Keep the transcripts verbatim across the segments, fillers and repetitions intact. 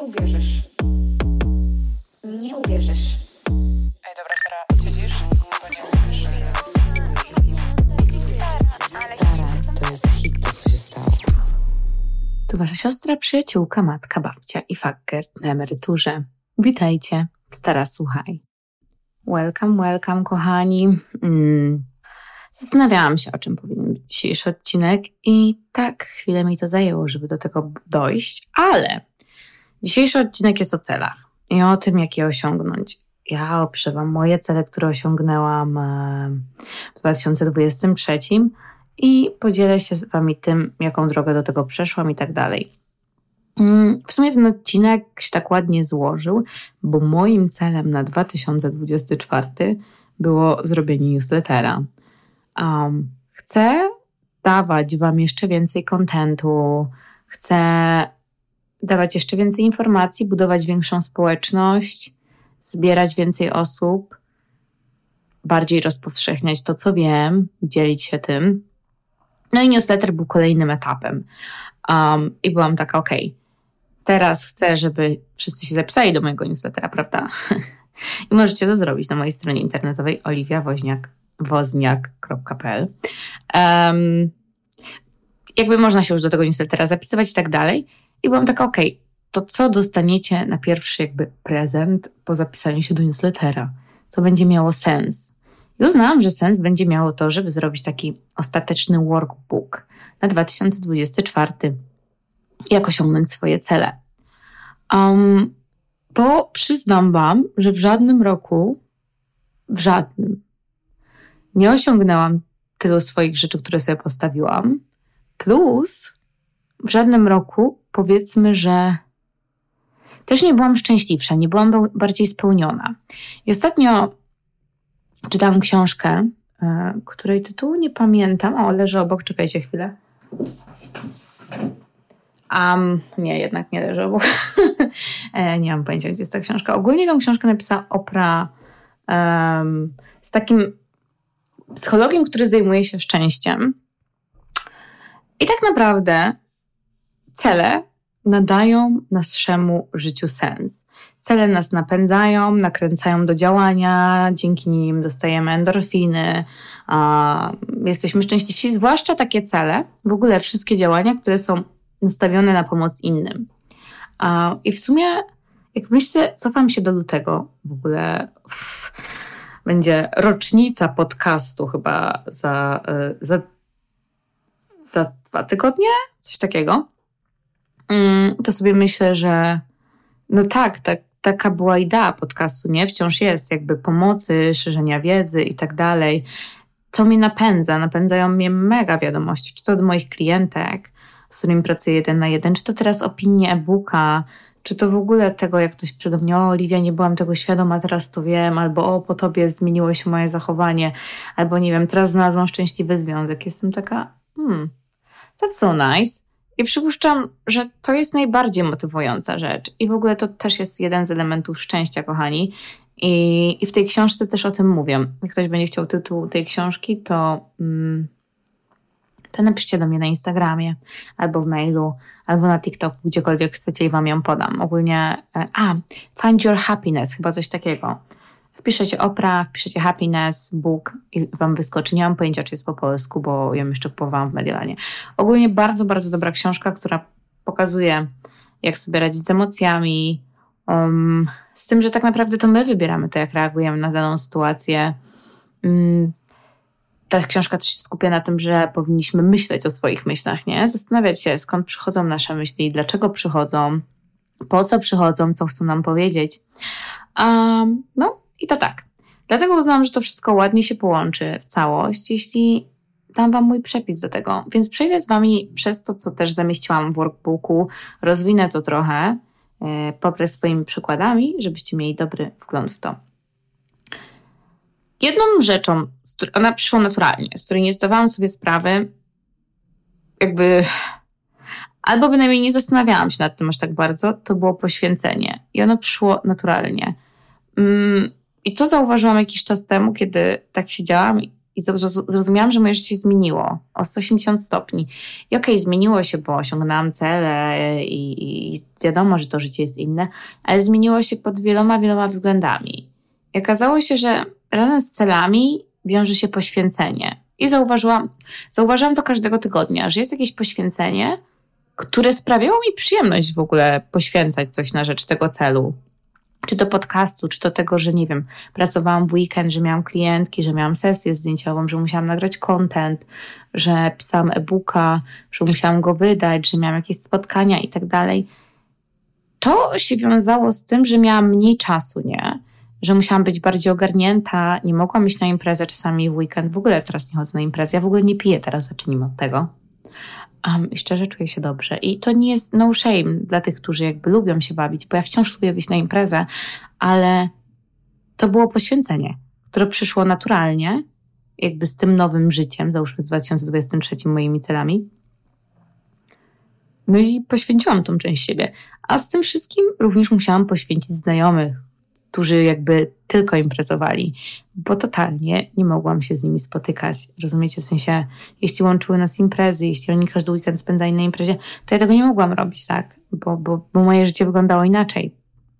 uwierzysz. Nie uwierzysz. Ej, dobra, Sara, siedzisz? Bo nie Stara, to jest hit, to co się stało. Tu wasza siostra, przyjaciółka, matka, babcia i fucker na emeryturze. Witajcie w Stara Słuchaj. Welcome, welcome, kochani. Mm. Zastanawiałam się, o czym powinien być dzisiejszy odcinek i tak chwilę mi to zajęło, żeby do tego dojść, ale dzisiejszy odcinek jest o celach i o tym, jak je osiągnąć. Ja opiszę wam moje cele, które osiągnęłam w dwa tysiące dwudziestym trzecim i podzielę się z wami tym, jaką drogę do tego przeszłam i tak dalej. W sumie ten odcinek się tak ładnie złożył, bo moim celem na dwa tysiące dwudziesty czwarty było zrobienie newslettera. Um, chcę dawać wam jeszcze więcej kontentu, chcę dawać jeszcze więcej informacji, budować większą społeczność, zbierać więcej osób, bardziej rozpowszechniać to, co wiem, dzielić się tym. No i newsletter był kolejnym etapem. Um, I byłam taka, okej, okay, teraz chcę, żeby wszyscy się zapisali do mojego newslettera, prawda? I możecie to zrobić na mojej stronie internetowej oliwia woźniak wozniak kropka p l. Um, jakby można się już do tego newslettera zapisywać i tak dalej. I byłam taka, okej, okay, to co dostaniecie na pierwszy jakby prezent po zapisaniu się do newslettera? Co będzie miało sens? I uznałam, że sens będzie miało to, żeby zrobić taki ostateczny workbook na dwa tysiące dwudziesty czwarty. Jak osiągnąć swoje cele. Um, bo przyznam wam, że w żadnym roku, w żadnym, nie osiągnęłam tylu swoich rzeczy, które sobie postawiłam. Plus w żadnym roku powiedzmy, że też nie byłam szczęśliwsza, nie byłam bardziej spełniona. I ostatnio czytałam książkę, której tytułu nie pamiętam. O, leży obok, czekajcie chwilę. Um, nie, jednak nie leży obok. Nie mam pojęcia, gdzie jest ta książka. Ogólnie tą książkę napisała Oprah um, z takim psychologiem, który zajmuje się szczęściem. I tak naprawdę cele nadają naszemu życiu sens. Cele nas napędzają, nakręcają do działania, dzięki nim dostajemy endorfiny, a, jesteśmy szczęśliwsi, zwłaszcza takie cele, w ogóle wszystkie działania, które są nastawione na pomoc innym. A, I w sumie, jak myślę, cofam się do lutego, w ogóle uff, będzie rocznica podcastu chyba za, za, za dwa tygodnie, coś takiego. To sobie myślę, że no tak, tak, taka była idea podcastu, nie? Wciąż jest jakby pomocy, szerzenia wiedzy i tak dalej. Co mnie napędza? Napędzają mnie mega wiadomości, czy to od moich klientek, z którymi pracuję jeden na jeden, czy to teraz opinie e-booka, czy to w ogóle tego, jak ktoś przede mnie, o Oliwia, nie byłam tego świadoma, teraz to wiem, albo o, po tobie zmieniło się moje zachowanie, albo nie wiem, teraz znalazłam szczęśliwy związek. Jestem taka, hmm, that's so nice. I przypuszczam, że to jest najbardziej motywująca rzecz. I w ogóle to też jest jeden z elementów szczęścia, kochani. I, i w tej książce też o tym mówię. Jak ktoś będzie chciał tytuł tej książki, to, mm, to napiszcie do mnie na Instagramie, albo w mailu, albo na TikToku, gdziekolwiek chcecie i wam ją podam. Ogólnie, a, Find Your Happiness, chyba coś takiego. Wpiszecie Oprah, wpiszecie Happiness, Book i wam wyskoczy. Nie mam pojęcia, czy jest po polsku, bo ją jeszcze kupowałam w Mediolanie. Ogólnie bardzo, bardzo dobra książka, która pokazuje, jak sobie radzić z emocjami, um, z tym, że tak naprawdę to my wybieramy to, jak reagujemy na daną sytuację. Um, ta książka też się skupia na tym, że powinniśmy myśleć o swoich myślach, nie? Zastanawiać się, skąd przychodzą nasze myśli, dlaczego przychodzą, po co przychodzą, co chcą nam powiedzieć. Um, no, I to tak. Dlatego uznałam, że to wszystko ładnie się połączy w całość, jeśli dam wam mój przepis do tego. Więc przejdę z wami przez to, co też zamieściłam w workbooku, rozwinę to trochę, yy, poprę swoimi przykładami, żebyście mieli dobry wgląd w to. Jedną rzeczą, ona przyszła naturalnie, z której nie zdawałam sobie sprawy, jakby albo bynajmniej nie zastanawiałam się nad tym aż tak bardzo, to było poświęcenie. I ono przyszło naturalnie. Mm, I to zauważyłam jakiś czas temu, kiedy tak siedziałam i zrozumiałam, że moje życie się zmieniło o sto osiemdziesiąt stopni. I okej, okay, zmieniło się, bo osiągnęłam cele i, i wiadomo, że to życie jest inne, ale zmieniło się pod wieloma, wieloma względami. I okazało się, że razem z celami wiąże się poświęcenie. I zauważyłam, zauważyłam to każdego tygodnia, że jest jakieś poświęcenie, które sprawiało mi przyjemność w ogóle poświęcać coś na rzecz tego celu. Czy to podcastu, czy to tego, że nie wiem, pracowałam w weekend, że miałam klientki, że miałam sesję zdjęciową, że musiałam nagrać content, że pisałam e-booka, że musiałam go wydać, że miałam jakieś spotkania i tak dalej. To się wiązało z tym, że miałam mniej czasu, nie? Że musiałam być bardziej ogarnięta, nie mogłam iść na imprezę czasami w weekend. W ogóle teraz nie chodzę na imprezę. Ja w ogóle nie piję teraz, zacznijmy od tego. Um, I szczerze czuję się dobrze. I to nie jest no shame dla tych, którzy jakby lubią się bawić, bo ja wciąż lubię wyjść na imprezę, ale to było poświęcenie, które przyszło naturalnie, jakby z tym nowym życiem, załóżmy z dwa tysiące dwudziestym trzecim moimi celami. No i poświęciłam tą część siebie. A z tym wszystkim również musiałam poświęcić znajomych, którzy jakby tylko imprezowali, bo totalnie nie mogłam się z nimi spotykać. Rozumiecie? W sensie, jeśli łączyły nas imprezy, jeśli oni każdy weekend spędzali na imprezie, to ja tego nie mogłam robić, tak? Bo, bo, bo moje życie wyglądało inaczej.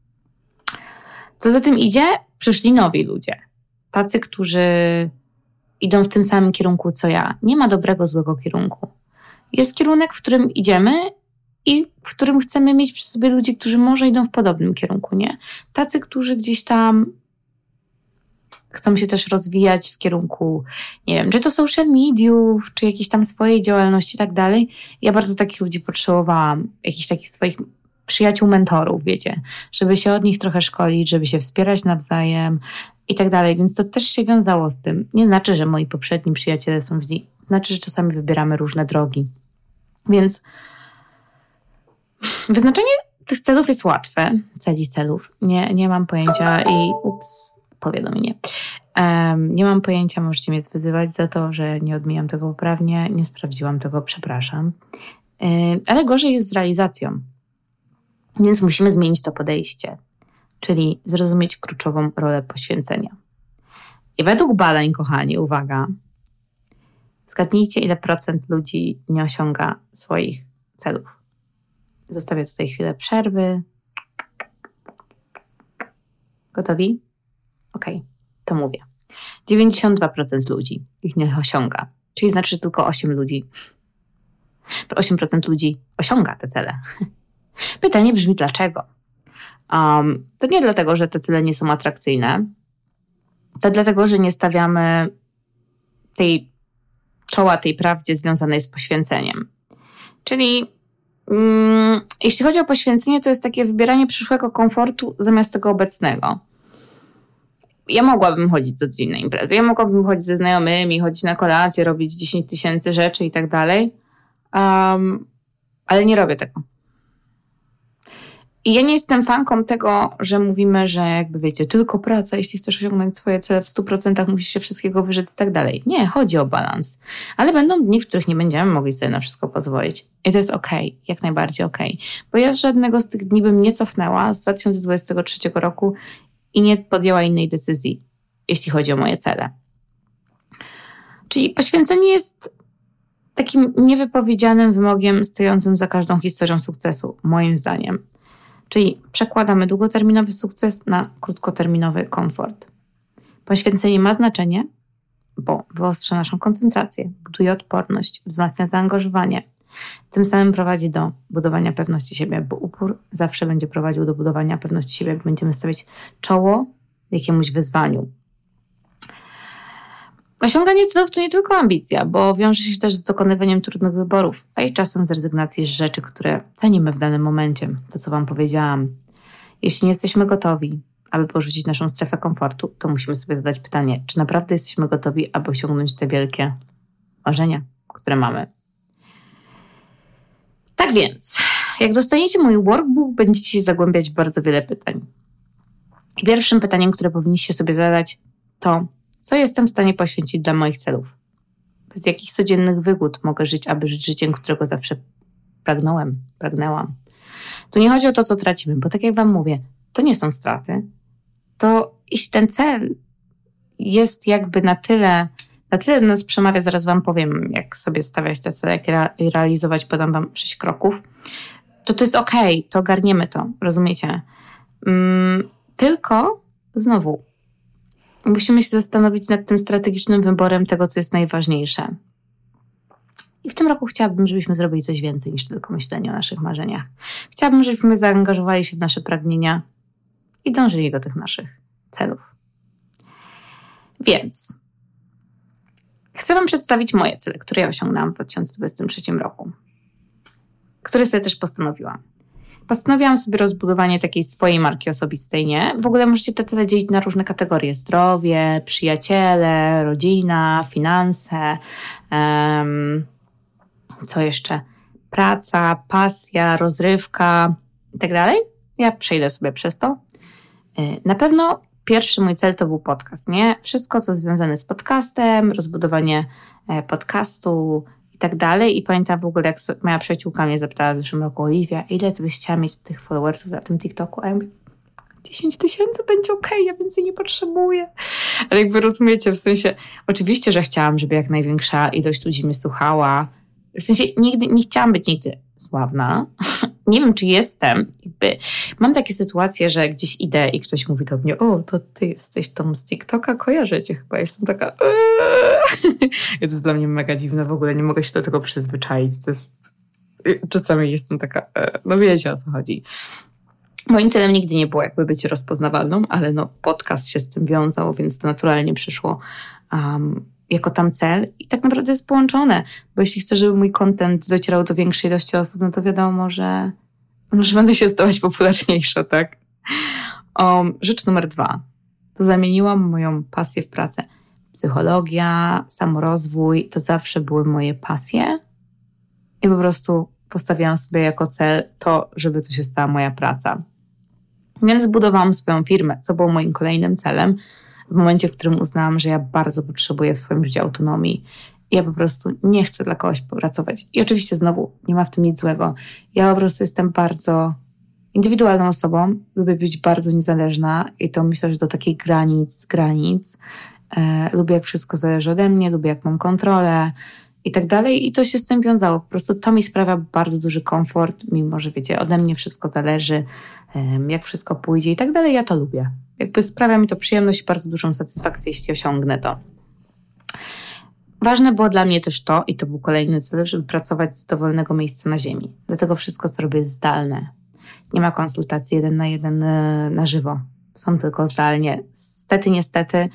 Co za tym idzie? Przyszli nowi ludzie. Tacy, którzy idą w tym samym kierunku, co ja. Nie ma dobrego, złego kierunku. Jest kierunek, w którym idziemy i w którym chcemy mieć przy sobie ludzi, którzy może idą w podobnym kierunku, nie? Tacy, którzy gdzieś tam chcą się też rozwijać w kierunku, nie wiem, czy to social mediów, czy jakiejś tam swojej działalności i tak dalej. Ja bardzo takich ludzi potrzebowałam, jakichś takich swoich przyjaciół, mentorów, wiecie, żeby się od nich trochę szkolić, żeby się wspierać nawzajem i tak dalej, więc to też się wiązało z tym. Nie znaczy, że moi poprzedni przyjaciele są źli, znaczy, że czasami wybieramy różne drogi. Więc wyznaczenie tych celów jest łatwe. Celi celów. Nie, nie mam pojęcia i ups, powiadomienie. Um, nie mam pojęcia, możecie mnie zwyzywać za to, że nie odmieniam tego poprawnie, nie sprawdziłam tego, przepraszam. Um, ale gorzej jest z realizacją. Więc musimy zmienić to podejście, czyli zrozumieć kluczową rolę poświęcenia. I według badań, kochani, uwaga, zgadnijcie, ile procent ludzi nie osiąga swoich celów. Zostawię tutaj chwilę przerwy. Gotowi? Okej, okay, to mówię. dziewięćdziesiąt dwa procent ludzi ich nie osiąga, czyli znaczy, że tylko osiem ludzi, osiem procent ludzi osiąga te cele. Pytanie brzmi, dlaczego? Um, to nie dlatego, że te cele nie są atrakcyjne. To dlatego, że nie stawiamy tej czoła tej prawdzie związanej z poświęceniem. Czyli mm, jeśli chodzi o poświęcenie, to jest takie wybieranie przyszłego komfortu zamiast tego obecnego. Ja mogłabym chodzić co dzień na imprezy, ja mogłabym chodzić ze znajomymi, chodzić na kolację, robić dziesięć tysięcy rzeczy i tak dalej, um, ale nie robię tego. I ja nie jestem fanką tego, że mówimy, że jakby wiecie, tylko praca, jeśli chcesz osiągnąć swoje cele w stu procentach, musisz się wszystkiego wyrzec i tak dalej. Nie, chodzi o balans. Ale będą dni, w których nie będziemy mogli sobie na wszystko pozwolić. I to jest okej, okay, jak najbardziej okej. Okay. Bo ja z żadnego z tych dni bym nie cofnęła z dwa tysiące dwudziestego trzeciego roku i nie podjęła innej decyzji, jeśli chodzi o moje cele. Czyli poświęcenie jest takim niewypowiedzianym wymogiem stojącym za każdą historią sukcesu, moim zdaniem. Czyli przekładamy długoterminowy sukces na krótkoterminowy komfort. Poświęcenie ma znaczenie, bo wyostrza naszą koncentrację, buduje odporność, wzmacnia zaangażowanie. Tym samym prowadzi do budowania pewności siebie, bo upór zawsze będzie prowadził do budowania pewności siebie, jak będziemy stawiać czoło jakiemuś wyzwaniu. Osiąganie celów to nie tylko ambicja, bo wiąże się też z dokonywaniem trudnych wyborów, a i czasem z rezygnacji z rzeczy, które cenimy w danym momencie. To, co wam powiedziałam. Jeśli nie jesteśmy gotowi, aby porzucić naszą strefę komfortu, to musimy sobie zadać pytanie, czy naprawdę jesteśmy gotowi, aby osiągnąć te wielkie marzenia, które mamy. Tak więc, jak dostaniecie mój workbook, będziecie się zagłębiać w bardzo wiele pytań. I pierwszym pytaniem, które powinniście sobie zadać, to co jestem w stanie poświęcić dla moich celów? Bez jakich codziennych wygód mogę żyć, aby żyć życiem, którego zawsze pragnąłem, pragnęłam. Tu nie chodzi o to, co tracimy, bo tak jak wam mówię, to nie są straty. To jeśli ten cel jest jakby na tyle na tyle do nas przemawia, zaraz wam powiem, jak sobie stawiać te cele, jak re- realizować, podam wam sześć kroków, to to jest okej, okay, to ogarniemy to, rozumiecie? Um, tylko znowu musimy się zastanowić nad tym strategicznym wyborem tego, co jest najważniejsze. I w tym roku chciałabym, żebyśmy zrobili coś więcej niż tylko myślenie o naszych marzeniach. Chciałabym, żebyśmy zaangażowali się w nasze pragnienia i dążyli do tych naszych celów. Więc chcę wam przedstawić moje cele, które ja osiągnęłam w dwa tysiące dwudziestym trzecim roku, które sobie też postanowiłam. Postanowiłam sobie rozbudowanie takiej swojej marki osobistej, nie? W ogóle możecie te cele dzielić na różne kategorie. Zdrowie, przyjaciele, rodzina, finanse, um, co jeszcze? Praca, pasja, rozrywka i tak dalej. Ja przejdę sobie przez to. Na pewno pierwszy mój cel to był podcast, nie? Wszystko, co związane z podcastem, rozbudowanie podcastu i tak dalej. I pamiętam w ogóle, jak moja przyjaciółka mnie zapytała w zeszłym roku, Oliwia, ile ty byś chciała mieć tych followersów na tym TikToku? A ja mówię, dziesięć tysięcy będzie okej, okay, ja więcej nie potrzebuję. Ale jakby rozumiecie, w sensie, oczywiście, że chciałam, żeby jak największa ilość ludzi mnie słuchała. W sensie, nigdy nie chciałam być nigdy sławna. Nie wiem, czy jestem. Jakby, mam takie sytuacje, że gdzieś idę i ktoś mówi do mnie, o, to ty jesteś tą z TikToka, kojarzę cię chyba. Jestem taka... Eee. To jest dla mnie mega dziwne, w ogóle nie mogę się do tego przyzwyczaić. To jest... Czasami jestem taka... No wiecie, o co chodzi. Moim celem nigdy nie było jakby być rozpoznawalną, ale no podcast się z tym wiązał, więc to naturalnie przyszło um, jako tam cel. I tak naprawdę jest połączone, bo jeśli chcę, żeby mój content docierał do większej ilości osób, no to wiadomo, że, że będę się stawać popularniejsza, tak? Um, rzecz numer dwa. To zamieniłam moją pasję w pracę. Psychologia, samorozwój, to zawsze były moje pasje i po prostu postawiłam sobie jako cel to, żeby to się stała moja praca. Więc zbudowałam swoją firmę, co było moim kolejnym celem, w momencie, w którym uznałam, że ja bardzo potrzebuję w swoim życiu autonomii. Ja po prostu nie chcę dla kogoś pracować. I oczywiście znowu nie ma w tym nic złego. Ja po prostu jestem bardzo indywidualną osobą, lubię być bardzo niezależna i to myślę, że do takich granic, granic. E, lubię, jak wszystko zależy ode mnie, lubię, jak mam kontrolę i tak dalej. I to się z tym wiązało. Po prostu to mi sprawia bardzo duży komfort, mimo że wiecie, ode mnie wszystko zależy, jak wszystko pójdzie i tak dalej. Ja to lubię. Jakby sprawia mi to przyjemność i bardzo dużą satysfakcję, jeśli osiągnę to. Ważne było dla mnie też to, i to był kolejny cel, żeby pracować z dowolnego miejsca na ziemi. Dlatego wszystko, co robię, jest zdalne. Nie ma konsultacji jeden na jeden na żywo. Są tylko zdalnie. Niestety, niestety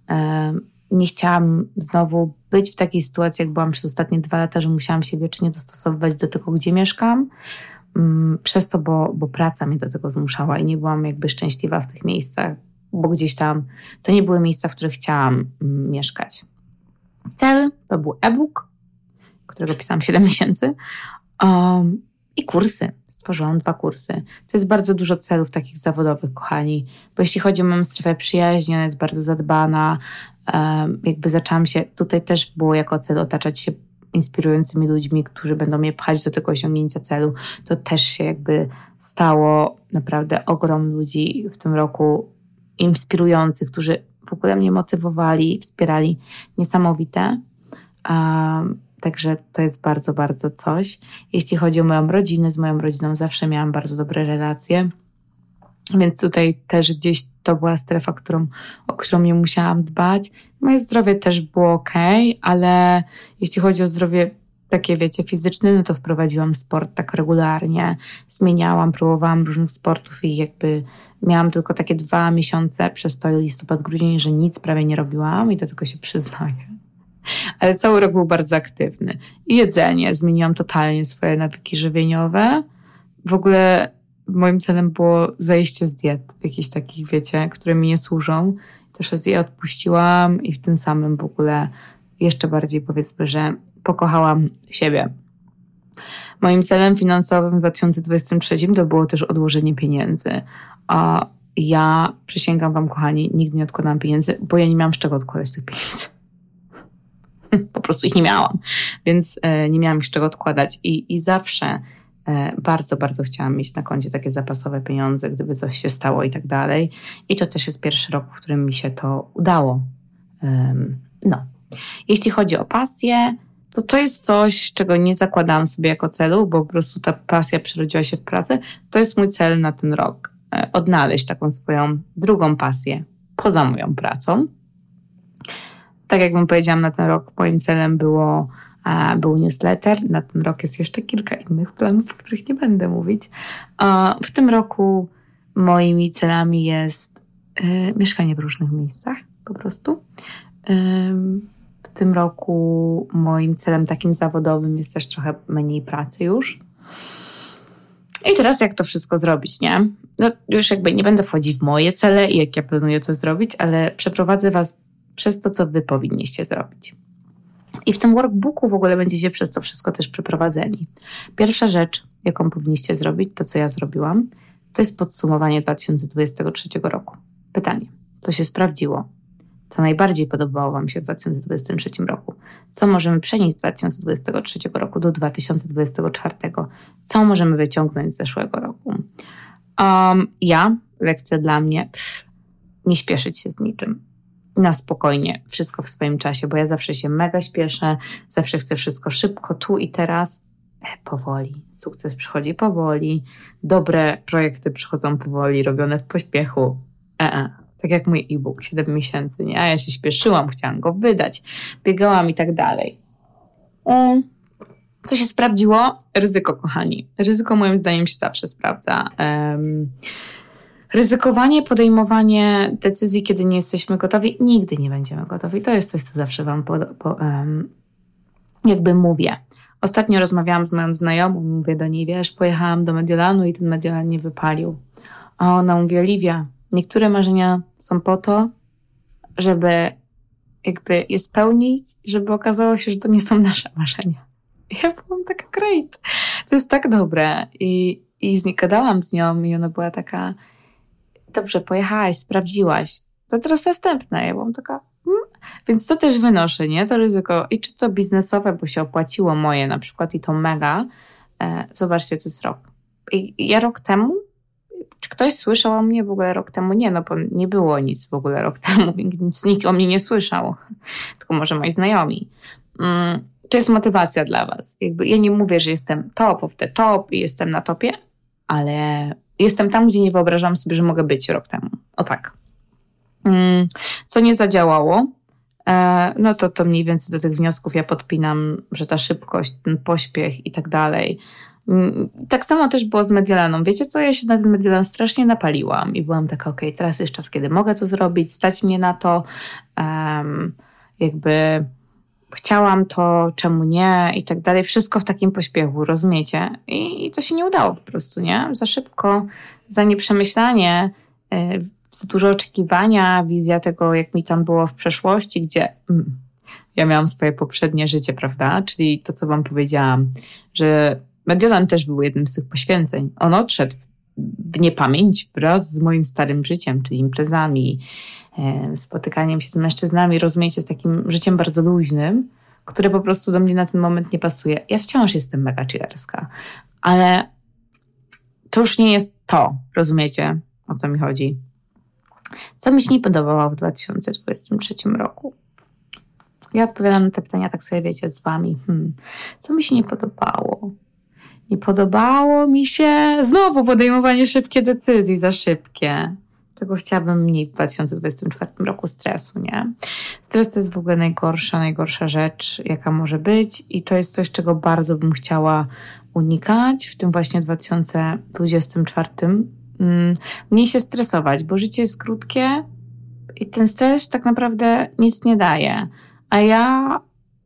nie chciałam znowu być w takiej sytuacji, jak byłam przez ostatnie dwa lata, że musiałam się wiecznie dostosowywać do tego, gdzie mieszkam. Przez to, bo, bo praca mnie do tego zmuszała i nie byłam jakby szczęśliwa w tych miejscach, bo gdzieś tam to nie były miejsca, w których chciałam mieszkać. Cel to był e-book, którego pisałam siedem miesięcy um, i kursy. Stworzyłam dwa kursy. To jest bardzo dużo celów takich zawodowych, kochani, bo jeśli chodzi o moją strefę przyjaźni, ona jest bardzo zadbana. Um, jakby zaczęłam się, tutaj też było jako cel otaczać się inspirującymi ludźmi, którzy będą mnie pchać do tego osiągnięcia celu. To też się jakby stało. Naprawdę ogrom ludzi w tym roku inspirujących, którzy w ogóle mnie motywowali, wspierali. Niesamowite. Um, także to jest bardzo, bardzo coś. Jeśli chodzi o moją rodzinę, z moją rodziną zawsze miałam bardzo dobre relacje. Więc tutaj też gdzieś to była strefa, którą, o którą nie musiałam dbać. Moje zdrowie też było okej, ale jeśli chodzi o zdrowie takie, wiecie, fizyczne, no to wprowadziłam sport tak regularnie. Zmieniałam, próbowałam różnych sportów i jakby miałam tylko takie dwa miesiące przestoj listopad, grudzień, że nic prawie nie robiłam i do tego się przyznaję. Ale cały rok był bardzo aktywny. I jedzenie, zmieniłam totalnie swoje nawyki żywieniowe. W ogóle moim celem było zejście z diet, jakichś takich, wiecie, które mi nie służą. Też je odpuściłam i w tym samym w ogóle jeszcze bardziej, powiedzmy, że pokochałam siebie. Moim celem finansowym w dwa tysiące dwudziestym trzecim to było też odłożenie pieniędzy. A ja przysięgam wam, kochani, nigdy nie odkładałam pieniędzy, bo ja nie miałam z czego odkładać tych pieniędzy. Po prostu ich nie miałam, więc e, nie miałam ich z czego odkładać i, i zawsze e, bardzo, bardzo chciałam mieć na koncie takie zapasowe pieniądze, gdyby coś się stało i tak dalej. I to też jest pierwszy rok, w którym mi się to udało. Um, no, Jeśli chodzi o pasję, to to jest coś, czego nie zakładałam sobie jako celu, bo po prostu ta pasja przerodziła się w pracę. To jest mój cel na ten rok. Odnaleźć taką swoją drugą pasję poza moją pracą. Tak jak wam powiedziałam, na ten rok moim celem było, a, był newsletter. Na ten rok jest jeszcze kilka innych planów, o których nie będę mówić. A w tym roku moimi celami jest y, mieszkanie w różnych miejscach po prostu. Y, w tym roku moim celem takim zawodowym jest też trochę mniej pracy już. I teraz jak to wszystko zrobić, nie? No już jakby nie będę wchodzić w moje cele i jak ja planuję to zrobić, ale przeprowadzę was przez to, co wy powinniście zrobić. I w tym workbooku w ogóle będziecie przez to wszystko też przeprowadzeni. Pierwsza rzecz, jaką powinniście zrobić, to co ja zrobiłam, to jest podsumowanie dwa tysiące dwudziestego trzeciego roku. Pytanie, co się sprawdziło? Co najbardziej podobało wam się w dwa tysiące dwudziestym trzecim roku? Co możemy przenieść z dwa tysiące dwudziestego trzeciego roku do dwa tysiące dwudziestego czwartego? Co możemy wyciągnąć z zeszłego roku? Um, ja, lekcja dla mnie, pff, nie śpieszyć się z niczym. Na spokojnie, wszystko w swoim czasie, bo ja zawsze się mega śpieszę, zawsze chcę wszystko szybko, tu i teraz. E, powoli. Sukces przychodzi powoli, dobre projekty przychodzą powoli, robione w pośpiechu. E, e. Tak jak mój e-book, siedem miesięcy, nie? A ja się śpieszyłam, chciałam go wydać, biegałam i tak dalej. Um, co się sprawdziło? Ryzyko, kochani. Ryzyko moim zdaniem się zawsze sprawdza. Um, ryzykowanie, podejmowanie decyzji, kiedy nie jesteśmy gotowi, nigdy nie będziemy gotowi. To jest coś, co zawsze wam po, po, um, jakby mówię. Ostatnio rozmawiałam z moją znajomą, mówię do niej, wiesz, pojechałam do Mediolanu i ten Mediolan nie wypalił. A ona mówi, Oliwia, niektóre marzenia są po to, żeby jakby je spełnić, żeby okazało się, że to nie są nasze marzenia. I ja byłam taka great. To jest tak dobre. I, i z, gadałam z nią i ona była taka, dobrze, pojechałaś, sprawdziłaś. To teraz następne. Ja byłam taka, hmm. Więc to też wynoszę, nie? To ryzyko. I czy to biznesowe, bo się opłaciło moje na przykład i to mega. E, zobaczcie, to jest rok. I ja rok temu Czy ktoś słyszał o mnie w ogóle rok temu? Nie, no bo nie było nic w ogóle rok temu, więc nikt o mnie nie słyszał, tylko może moi znajomi. Mm, to jest motywacja dla was. Jakby ja nie mówię, że jestem top of the top i jestem na topie, ale jestem tam, gdzie nie wyobrażam sobie, że mogę być rok temu. O tak. Mm, co nie zadziałało, e, no to to mniej więcej do tych wniosków ja podpinam, że ta szybkość, ten pośpiech i tak dalej. Tak samo też było z Mediolaną. Wiecie co? Ja się na ten Mediolan strasznie napaliłam i byłam taka, okej, okay, teraz jest czas, kiedy mogę to zrobić, stać mnie na to. Um, jakby chciałam to, czemu nie i tak dalej. Wszystko w takim pośpiechu, rozumiecie? I, i to się nie udało po prostu, nie? Za szybko, za nieprzemyślanie, yy, za dużo oczekiwania, wizja tego, jak mi tam było w przeszłości, gdzie mm, ja miałam swoje poprzednie życie, prawda? Czyli to, co wam powiedziałam, że Mediolan też był jednym z tych poświęceń. On odszedł w niepamięć wraz z moim starym życiem, czyli imprezami, spotykaniem się z mężczyznami, rozumiecie, z takim życiem bardzo luźnym, które po prostu do mnie na ten moment nie pasuje. Ja wciąż jestem mega chillerska, ale to już nie jest to, rozumiecie, o co mi chodzi. Co mi się nie podobało w dwa tysiące dwudziestym trzecim roku? Ja odpowiadam na te pytania, tak sobie wiecie, z wami. Hmm. Co mi się nie podobało? Nie podobało mi się znowu podejmowanie szybkie decyzji, za szybkie. Tego chciałabym mniej w dwa tysiące dwudziestym czwartym roku stresu, nie? Stres to jest w ogóle najgorsza, najgorsza rzecz, jaka może być i to jest coś, czego bardzo bym chciała unikać w tym właśnie dwa tysiące dwudziestym czwartym. Mm, mniej się stresować, bo życie jest krótkie i ten stres tak naprawdę nic nie daje. A ja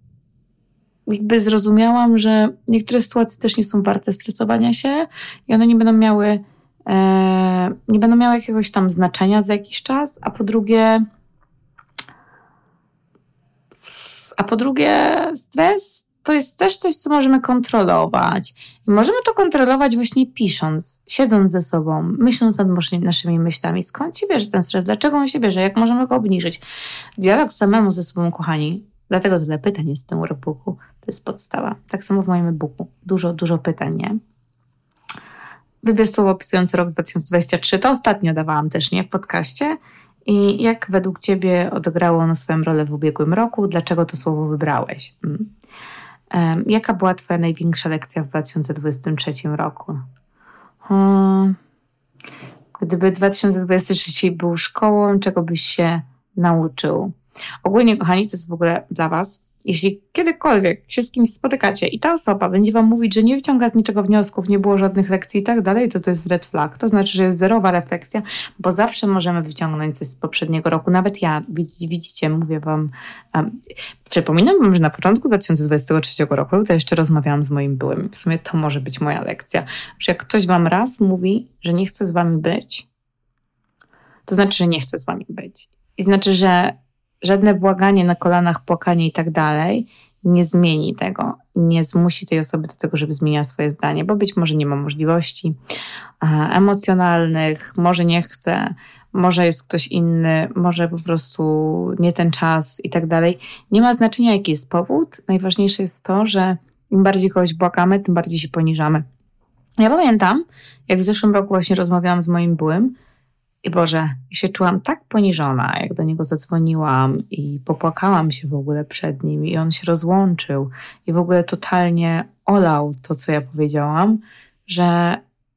jakby zrozumiałam, że niektóre sytuacje też nie są warte stresowania się i one nie będą miały e, nie będą miały jakiegoś tam znaczenia za jakiś czas, a po drugie a po drugie stres to jest też coś, co możemy kontrolować. I możemy to kontrolować właśnie pisząc, siedząc ze sobą, myśląc nad naszymi myślami. Skąd się bierze ten stres? Dlaczego on się bierze? Jak możemy go obniżyć? Dialog samemu ze sobą, kochani. Dlatego tyle pytań jest w tym workbooku. To jest podstawa. Tak samo w moim e-booku. Dużo, dużo pytań, nie? Wybierz słowo opisujące rok dwa tysiące dwudziesty trzeci. To ostatnio dawałam też, nie? W podcaście. I jak według Ciebie odegrało ono swoją rolę w ubiegłym roku? Dlaczego to słowo wybrałeś? Mm. Um, jaka była Twoja największa lekcja w dwa tysiące dwudziestym trzecim roku? Hmm. Gdyby dwa tysiące dwudziesty trzeci był szkołą, czego byś się nauczył? Ogólnie, kochani, to jest w ogóle dla Was. Jeśli kiedykolwiek się z kimś spotykacie i ta osoba będzie wam mówić, że nie wyciąga z niczego wniosków, nie było żadnych lekcji i tak dalej, to to jest red flag. To znaczy, że jest zerowa refleksja, bo zawsze możemy wyciągnąć coś z poprzedniego roku. Nawet ja, widzicie, mówię wam, um, przypominam wam, że na początku dwa tysiące dwudziestego trzeciego roku to jeszcze rozmawiałam z moim byłym. W sumie to może być moja lekcja, że jak ktoś wam raz mówi, że nie chce z wami być, to znaczy, że nie chce z wami być. I znaczy, że żadne błaganie na kolanach, płakanie i tak dalej nie zmieni tego, nie zmusi tej osoby do tego, żeby zmieniła swoje zdanie, bo być może nie ma możliwości e, emocjonalnych, może nie chce, może jest ktoś inny, może po prostu nie ten czas i tak dalej. Nie ma znaczenia, jaki jest powód. Najważniejsze jest to, że im bardziej kogoś błagamy, tym bardziej się poniżamy. Ja pamiętam, jak w zeszłym roku właśnie rozmawiałam z moim byłym, i Boże, się czułam tak poniżona, jak do niego zadzwoniłam i popłakałam się w ogóle przed nim i on się rozłączył i w ogóle totalnie olał to, co ja powiedziałam, że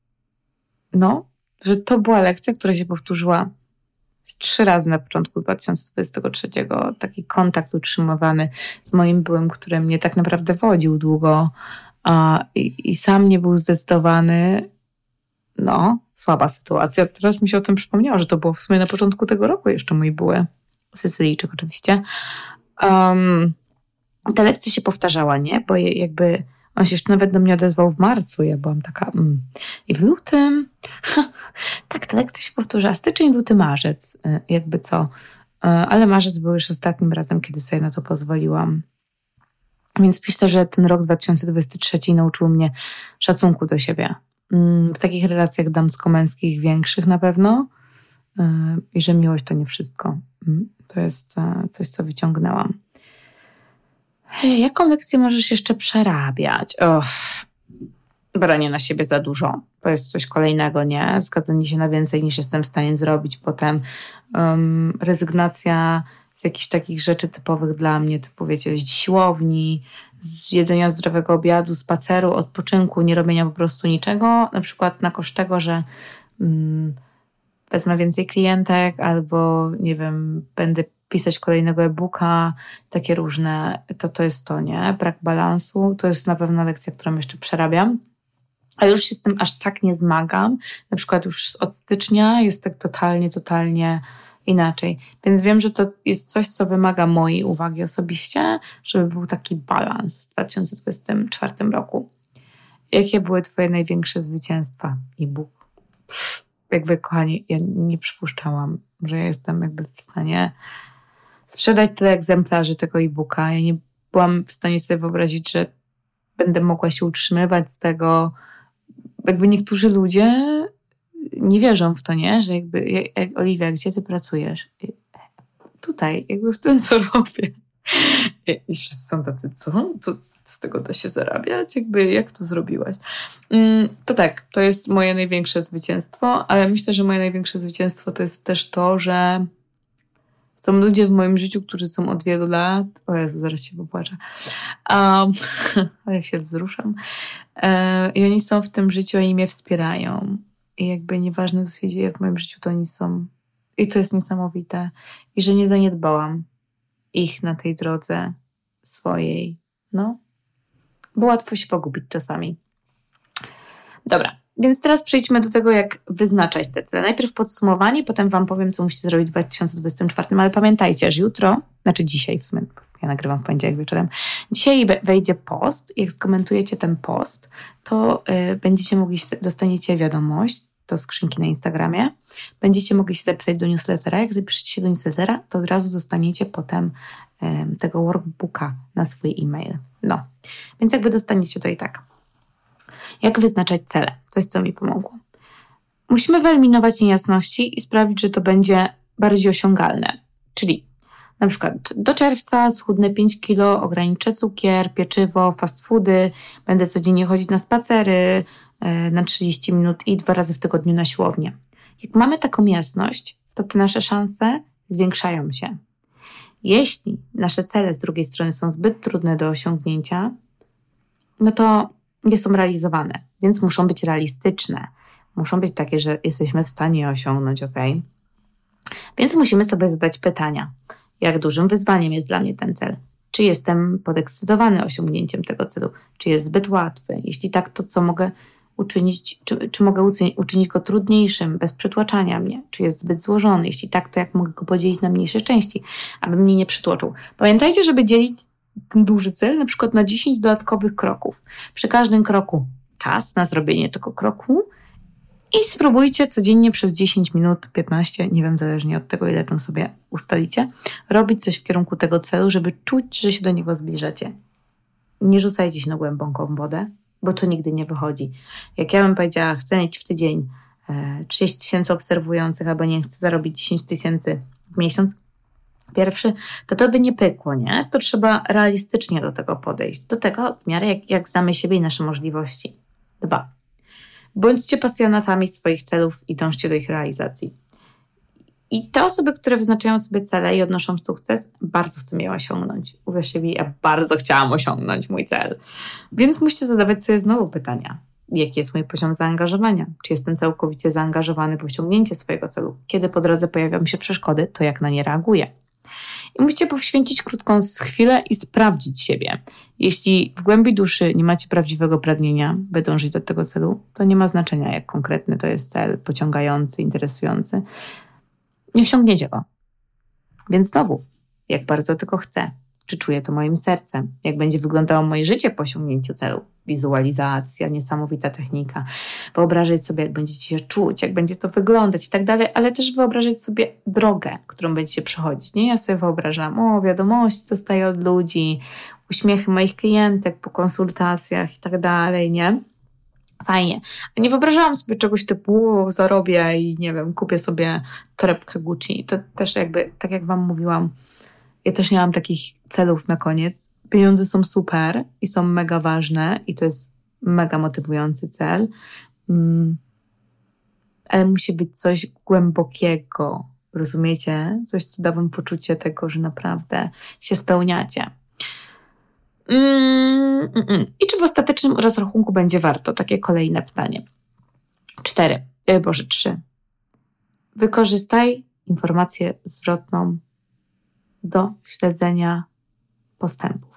no, że to była lekcja, która się powtórzyła z trzy razy na początku dwa tysiące dwudziestego trzeciego. Taki kontakt utrzymywany z moim byłym, który mnie tak naprawdę wodził długo a, i, i sam nie był zdecydowany. No, słaba sytuacja. Teraz mi się o tym przypomniało, że to było w sumie na początku tego roku jeszcze mój były, Sycylijczyk oczywiście. Um, ta lekcja się powtarzała, nie? Bo jakby on się jeszcze nawet do mnie odezwał w marcu. Ja byłam taka... Mm. I w lutym... tak, ta lekcja się powtórzyła. Styczeń, luty, marzec. Jakby co. Ale marzec był już ostatnim razem, kiedy sobie na to pozwoliłam. Więc myślę, że ten rok dwa tysiące dwudziesty trzeci nauczył mnie szacunku do siebie. W takich relacjach damsko-męskich większych na pewno i że miłość to nie wszystko. To jest coś, co wyciągnęłam. Hej, jaką lekcję możesz jeszcze przerabiać? Och, branie na siebie za dużo. To jest coś kolejnego, nie? Zgadzanie się na więcej niż jestem w stanie zrobić. Potem um, rezygnacja z jakichś takich rzeczy typowych dla mnie, typu wiecie, z siłowni, z jedzenia zdrowego obiadu, spaceru, odpoczynku, nie robienia po prostu niczego, na przykład na koszt tego, że mm, wezmę więcej klientek albo, nie wiem, będę pisać kolejnego e-booka, takie różne, to to jest to, nie? Brak balansu, to jest na pewno lekcja, którą jeszcze przerabiam. A już się z tym aż tak nie zmagam. Na przykład już od stycznia jest tak totalnie, totalnie inaczej. Więc wiem, że to jest coś, co wymaga mojej uwagi osobiście, żeby był taki balans w dwa tysiące dwudziestym czwartym roku. Jakie były Twoje największe zwycięstwa? E-book. Pff, jakby, kochani, ja nie przypuszczałam, że ja jestem jakby w stanie sprzedać tyle egzemplarzy tego e-booka. Ja nie byłam w stanie sobie wyobrazić, że będę mogła się utrzymywać z tego. Jakby niektórzy ludzie nie wierzą w to, nie? Że jakby, jak, Oliwia, gdzie ty pracujesz? Tutaj, jakby w tym, co robię. I wszyscy są tacy, co? To z tego da się zarabiać? Jakby, jak to zrobiłaś? To tak, to jest moje największe zwycięstwo, ale myślę, że moje największe zwycięstwo to jest też to, że są ludzie w moim życiu, którzy są od wielu lat. O Jezu, zaraz się popłaczę. Um, ale się wzruszam. Um, I oni są w tym życiu i mnie wspierają. I jakby nieważne, co się dzieje w moim życiu, to oni są. I to jest niesamowite. I że nie zaniedbałam ich na tej drodze swojej. No. Bo łatwo się pogubić czasami. Dobra. Więc teraz przejdźmy do tego, jak wyznaczać te cele. Najpierw podsumowanie, potem wam powiem, co musicie zrobić w dwa tysiące dwudziestym czwartym. Ale pamiętajcie, że jutro, znaczy dzisiaj w sumie, ja nagrywam w poniedziałek wieczorem, dzisiaj wejdzie post. Jak skomentujecie ten post, to y, będziecie mogli, dostaniecie wiadomość do skrzynki na Instagramie. Będziecie mogli się zapisać do newslettera. Jak zapiszecie się do newslettera, to od razu dostaniecie potem y, tego workbooka na swój e-mail. No, więc jakby dostaniecie to i tak. Jak wyznaczać cele? Coś, co mi pomogło. Musimy wyeliminować niejasności i sprawić, że to będzie bardziej osiągalne. Czyli na przykład do czerwca schudnę pięć kilo, ograniczę cukier, pieczywo, fast foody, będę codziennie chodzić na spacery na trzydzieści minut i dwa razy w tygodniu na siłownię. Jak mamy taką jasność, to te nasze szanse zwiększają się. Jeśli nasze cele z drugiej strony są zbyt trudne do osiągnięcia, no to nie są realizowane, więc muszą być realistyczne. Muszą być takie, że jesteśmy w stanie je osiągnąć, ok? Więc musimy sobie zadać pytania. Jak dużym wyzwaniem jest dla mnie ten cel? Czy jestem podekscytowany osiągnięciem tego celu? Czy jest zbyt łatwy? Jeśli tak, to co mogę uczynić? Czy, czy mogę uczynić go trudniejszym, bez przytłaczania mnie? Czy jest zbyt złożony? Jeśli tak, to jak mogę go podzielić na mniejsze części, aby mnie nie przytłoczył? Pamiętajcie, żeby dzielić ten duży cel na przykład na dziesięć dodatkowych kroków. Przy każdym kroku czas na zrobienie tego kroku i spróbujcie codziennie przez dziesięć minut, piętnaście, nie wiem, zależnie od tego, ile tam sobie ustalicie, robić coś w kierunku tego celu, żeby czuć, że się do niego zbliżacie. Nie rzucajcie się na głęboką wodę, bo to nigdy nie wychodzi. Jak ja bym powiedziała, chcę mieć w tydzień e, trzydzieści tysięcy obserwujących, albo nie, chcę zarobić dziesięć tysięcy w miesiąc, pierwszy, to to by nie pykło, nie? To trzeba realistycznie do tego podejść. Do tego w miarę jak, jak znamy siebie i nasze możliwości. Dwa. Bądźcie pasjonatami swoich celów i dążcie do ich realizacji. I te osoby, które wyznaczają sobie cele i odnoszą sukces, bardzo chcą je osiągnąć. Uwierzcie mi, ja bardzo chciałam osiągnąć mój cel. Więc musicie zadawać sobie znowu pytania. Jaki jest mój poziom zaangażowania? Czy jestem całkowicie zaangażowany w osiągnięcie swojego celu? Kiedy po drodze pojawią się przeszkody, to jak na nie reaguję? I musicie poświęcić krótką chwilę i sprawdzić siebie. Jeśli w głębi duszy nie macie prawdziwego pragnienia, by dążyć do tego celu, to nie ma znaczenia, jak konkretny to jest cel, pociągający, interesujący. Nie osiągniecie go. Więc znowu, jak bardzo tego chcę? Czy czuję to moim sercem? Jak będzie wyglądało moje życie po osiągnięciu celu? Wizualizacja, niesamowita technika. Wyobrażać sobie, jak będziecie się czuć, jak będzie to wyglądać i tak dalej, ale też wyobrażać sobie drogę, którą będziecie przechodzić. Nie? Ja sobie wyobrażam, o, wiadomości dostaję od ludzi, uśmiechy moich klientek po konsultacjach i tak dalej, nie? Fajnie. A nie wyobrażałam sobie czegoś typu, o, zarobię i nie wiem, kupię sobie torebkę Gucci. To też jakby, tak jak wam mówiłam, ja też nie mam takich celów na koniec. Pieniądze są super i są mega ważne i to jest mega motywujący cel, mm. ale musi być coś głębokiego, rozumiecie? Coś, co da wam poczucie tego, że naprawdę się spełniacie. Mm, mm, mm. I czy w ostatecznym rozrachunku będzie warto? Takie kolejne pytanie. Cztery. E, Boże, trzy. Wykorzystaj informację zwrotną do śledzenia postępów.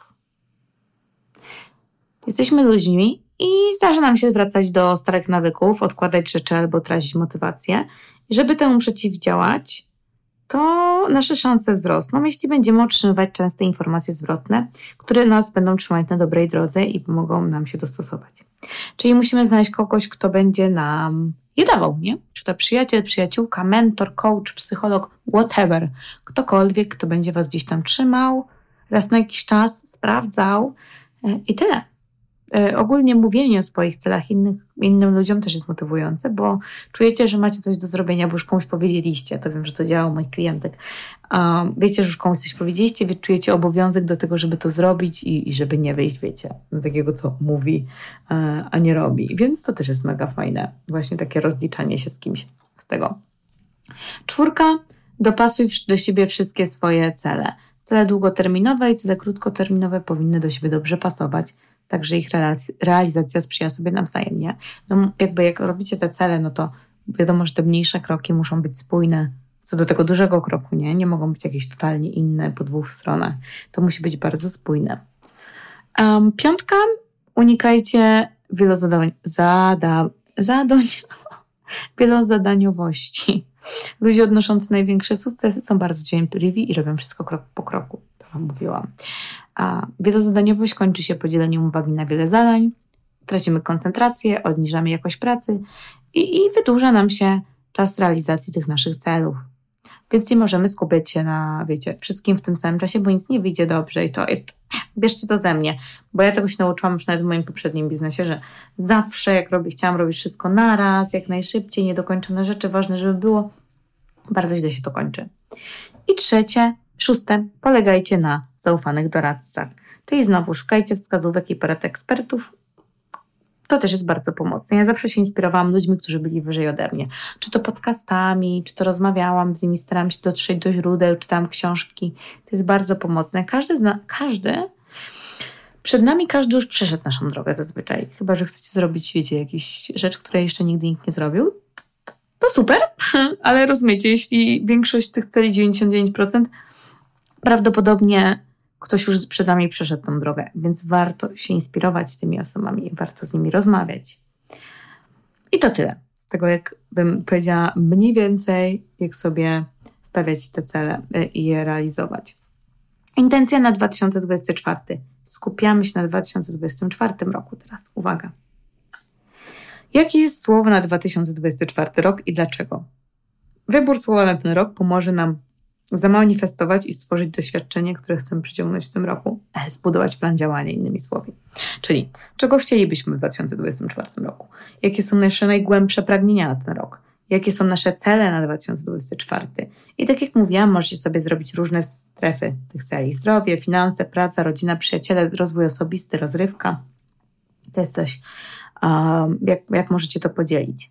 Jesteśmy ludźmi i zdarza nam się zwracać do starych nawyków, odkładać rzeczy albo tracić motywację. I żeby temu przeciwdziałać, to nasze szanse wzrosną, jeśli będziemy otrzymywać częste informacje zwrotne, które nas będą trzymać na dobrej drodze i pomogą nam się dostosować. Czyli musimy znaleźć kogoś, kto będzie nam je dawał, nie? Czy to przyjaciel, przyjaciółka, mentor, coach, psycholog, whatever. Ktokolwiek, kto będzie was gdzieś tam trzymał, raz na jakiś czas sprawdzał i tyle. Ogólnie mówienie o swoich celach innych, innym ludziom też jest motywujące, bo czujecie, że macie coś do zrobienia, bo już komuś powiedzieliście. To wiem, że to działa u moich klientek. Wiecie, że już komuś coś powiedzieliście, wy czujecie obowiązek do tego, żeby to zrobić i, i żeby nie wyjść, wiecie, do takiego, co mówi, a nie robi. Więc to też jest mega fajne. Właśnie takie rozliczanie się z kimś z tego. Czwórka. Dopasuj do siebie wszystkie swoje cele. Cele długoterminowe i cele krótkoterminowe powinny do siebie dobrze pasować. Także ich realizacja sprzyja sobie nawzajem, nie? No jakby jak robicie te cele, no to wiadomo, że te mniejsze kroki muszą być spójne co do tego dużego kroku, nie? Nie mogą być jakieś totalnie inne po dwóch stronach. To musi być bardzo spójne. Um, piątka. Unikajcie wielozadań... Zada, zadań... wielozadaniowości. Ludzie odnoszący największe sukcesy są bardzo cierpliwi i robią wszystko krok po kroku. To wam mówiłam. A wielozadaniowość kończy się podzieleniem uwagi na wiele zadań, tracimy koncentrację, obniżamy jakość pracy i, i wydłuża nam się czas realizacji tych naszych celów. Więc nie możemy skupiać się na, wiecie, wszystkim w tym samym czasie, bo nic nie wyjdzie dobrze i to jest, bierzcie to ze mnie, bo ja tego się nauczyłam już nawet w moim poprzednim biznesie, że zawsze jak robię, chciałam robić wszystko naraz, jak najszybciej, niedokończone rzeczy, ważne, żeby było, bardzo źle się to kończy. I trzecie, szóste, polegajcie na zaufanych doradcach. Czyli znowu szukajcie wskazówek i porad ekspertów, To też jest bardzo pomocne. Ja zawsze się inspirowałam ludźmi, którzy byli wyżej ode mnie. Czy to podcastami, czy to rozmawiałam z nimi, starałam się dotrzeć do źródeł, czytałam książki. To jest bardzo pomocne. Każdy, zna, każdy przed nami każdy już przeszedł naszą drogę zazwyczaj. Chyba że chcecie zrobić w świecie jakąś rzecz, której jeszcze nigdy nikt nie zrobił. To, to super, ale rozumiecie, jeśli większość tych celi, dziewięćdziesiąt dziewięć procent, prawdopodobnie ktoś już przed nami przeszedł tą drogę, więc warto się inspirować tymi osobami, warto z nimi rozmawiać. I to tyle. Z tego, jak bym powiedziała, mniej więcej, jak sobie stawiać te cele i je realizować. Intencja na dwa tysiące dwudziesty czwarty. Skupiamy się na dwa tysiące dwudziestym czwartym roku teraz. Uwaga. Jakie jest słowo na dwa tysiące dwudziesty czwarty rok i dlaczego? Wybór słowa na ten rok pomoże nam zamanifestować i stworzyć doświadczenie, które chcemy przyciągnąć w tym roku, zbudować plan działania, innymi słowy. Czyli czego chcielibyśmy w dwa tysiące dwudziestym czwartym roku? Jakie są nasze najgłębsze pragnienia na ten rok? Jakie są nasze cele na dwa tysiące dwudziesty czwarty? I tak jak mówiłam, możecie sobie zrobić różne strefy tych celi. Zdrowie, finanse, praca, rodzina, przyjaciele, rozwój osobisty, rozrywka. To jest coś, um, jak, jak możecie to podzielić.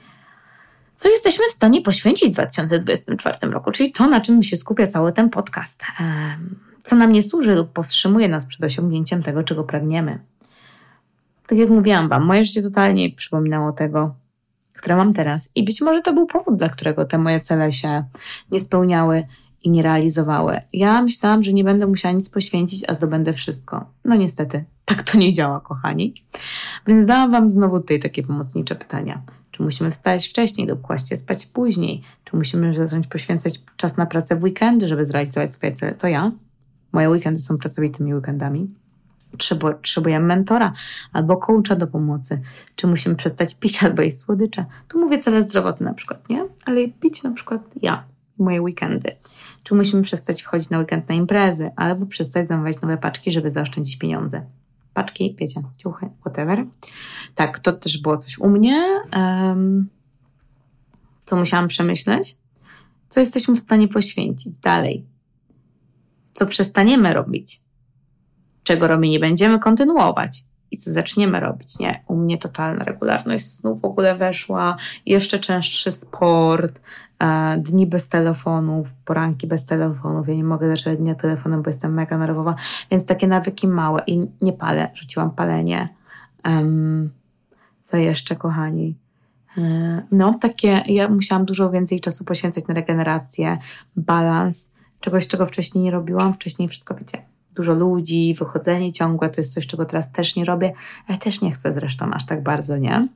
Co jesteśmy w stanie poświęcić w dwa tysiące dwudziestym czwartym roku, czyli to, na czym się skupia cały ten podcast. Co nam nie służy lub powstrzymuje nas przed osiągnięciem tego, czego pragniemy. Tak jak mówiłam wam, moje życie totalnie przypominało tego, które mam teraz. I być może to był powód, dla którego te moje cele się nie spełniały i nie realizowały. Ja myślałam, że nie będę musiała nic poświęcić, a zdobędę wszystko. No niestety, tak to nie działa, kochani. Więc dałam wam znowu tutaj takie pomocnicze pytania. Czy musimy wstać wcześniej lub kłaść się spać później? Czy musimy zacząć poświęcać czas na pracę w weekendy, żeby zrealizować swoje cele? To ja. Moje weekendy są pracowitymi weekendami. Potrzebujemy mentora albo coacha do pomocy. Czy musimy przestać pić albo jeść słodycze? Tu mówię cele zdrowotne na przykład, nie? Ale pić na przykład ja, moje weekendy. Czy musimy przestać wchodzić na weekend na imprezy albo przestać zamawiać nowe paczki, żeby zaoszczędzić pieniądze? Paczki, wiecie, ciuchy, whatever. Tak, to też było coś u mnie, um, co musiałam przemyśleć. Co jesteśmy w stanie poświęcić dalej? Co przestaniemy robić? Czego robić nie będziemy kontynuować? I co zaczniemy robić? Nie, u mnie totalna regularność snu w ogóle weszła. Jeszcze częstszy sport, e, dni bez telefonów, poranki bez telefonów. Ja nie mogę zacząć dnia telefonem, bo jestem mega nerwowa. Więc takie nawyki małe i nie palę. Rzuciłam palenie. Um, co jeszcze, kochani? E, no, takie, ja musiałam dużo więcej czasu poświęcać na regenerację, balans, czegoś, czego wcześniej nie robiłam. Wcześniej wszystko, wiecie, dużo ludzi, wychodzenie ciągłe, to jest coś, czego teraz też nie robię. Ja też nie chcę zresztą aż tak bardzo, nie?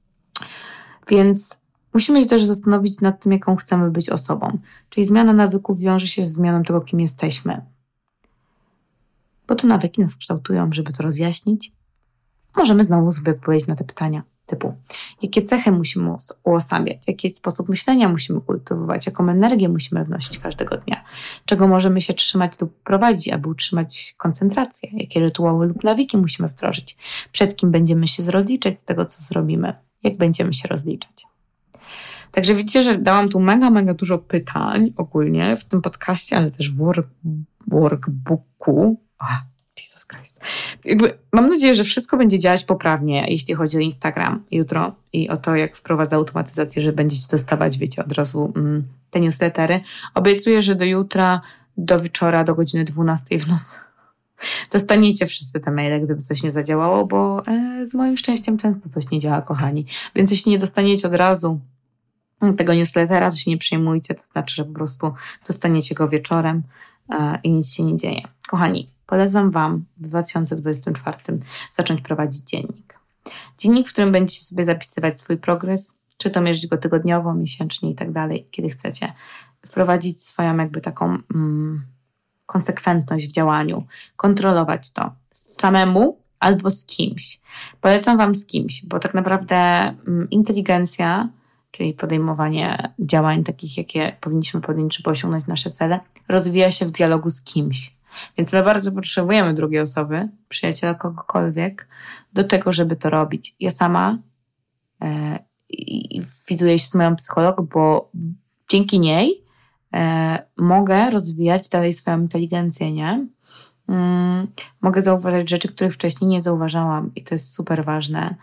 Więc musimy się też zastanowić nad tym, jaką chcemy być osobą. Czyli zmiana nawyków wiąże się z zmianą tego, kim jesteśmy. Bo to nawyki nas kształtują, żeby to rozjaśnić. Możemy znowu sobie odpowiedzieć na te pytania typu, jakie cechy musimy uosabiać, jaki sposób myślenia musimy kultywować, jaką energię musimy wnosić każdego dnia, czego możemy się trzymać lub prowadzić, aby utrzymać koncentrację, jakie rytuały lub nawyki musimy wdrożyć, przed kim będziemy się rozliczać z tego, co zrobimy, jak będziemy się rozliczać. Także widzicie, że dałam tu mega, mega dużo pytań ogólnie w tym podcaście, ale też w work, workbooku. Oh, Jesus Christ. Jakby mam nadzieję, że wszystko będzie działać poprawnie, jeśli chodzi o Instagram jutro i o to, jak wprowadza automatyzację, że będziecie dostawać, wiecie, od razu mm, te newslettery. Obiecuję, że do jutra, do wieczora, do godziny dwunastej w nocy dostaniecie wszyscy te maile, gdyby coś nie zadziałało, bo e, z moim szczęściem często coś nie działa, kochani. Więc jeśli nie dostaniecie od razu tego newslettera, to się nie przejmujcie, to znaczy, że po prostu dostaniecie go wieczorem e, i nic się nie dzieje. Kochani, polecam wam w dwa tysiące dwudziestym czwartym zacząć prowadzić dziennik. Dziennik, w którym będziecie sobie zapisywać swój progres, czy to mierzyć go tygodniowo, miesięcznie i tak dalej, kiedy chcecie. Wprowadzić swoją jakby taką mm, konsekwentność w działaniu, kontrolować to samemu albo z kimś. Polecam wam z kimś, bo tak naprawdę mm, inteligencja, czyli podejmowanie działań takich, jakie powinniśmy podjąć, żeby osiągnąć nasze cele, rozwija się w dialogu z kimś. Więc my bardzo potrzebujemy drugiej osoby, przyjaciela, kogokolwiek, do tego, żeby to robić. Ja sama e, i wizuję się z moją psycholog, bo dzięki niej e, mogę rozwijać dalej swoją inteligencję, nie? Mm, mogę zauważać rzeczy, których wcześniej nie zauważałam i to jest super ważne.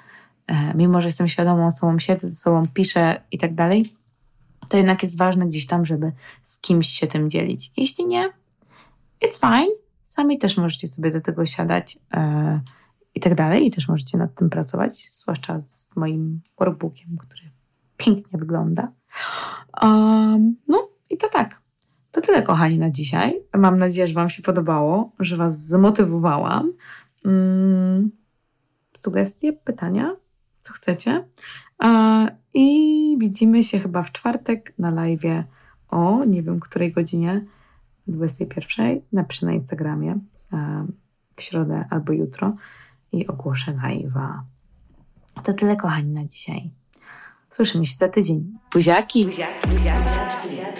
e, mimo że jestem świadomą osobą, siedzę ze sobą, piszę i tak dalej, to jednak jest ważne gdzieś tam, żeby z kimś się tym dzielić. Jeśli nie, it's fine. Sami też możecie sobie do tego siadać e, i tak dalej. I też możecie nad tym pracować, zwłaszcza z moim workbookiem, który pięknie wygląda. Um, no i to tak. To tyle, kochani, na dzisiaj. Mam nadzieję, że wam się podobało, że was zmotywowałam. Mm, sugestie, pytania, co chcecie. E, I widzimy się chyba w czwartek na live'ie o nie wiem której godzinie, dwudziestej pierwszej, napiszę na Instagramie e, w środę albo jutro i ogłoszę live'a. To tyle, kochani, na dzisiaj. Słyszymy się za tydzień. Buziaki! Buziaki, buziaki.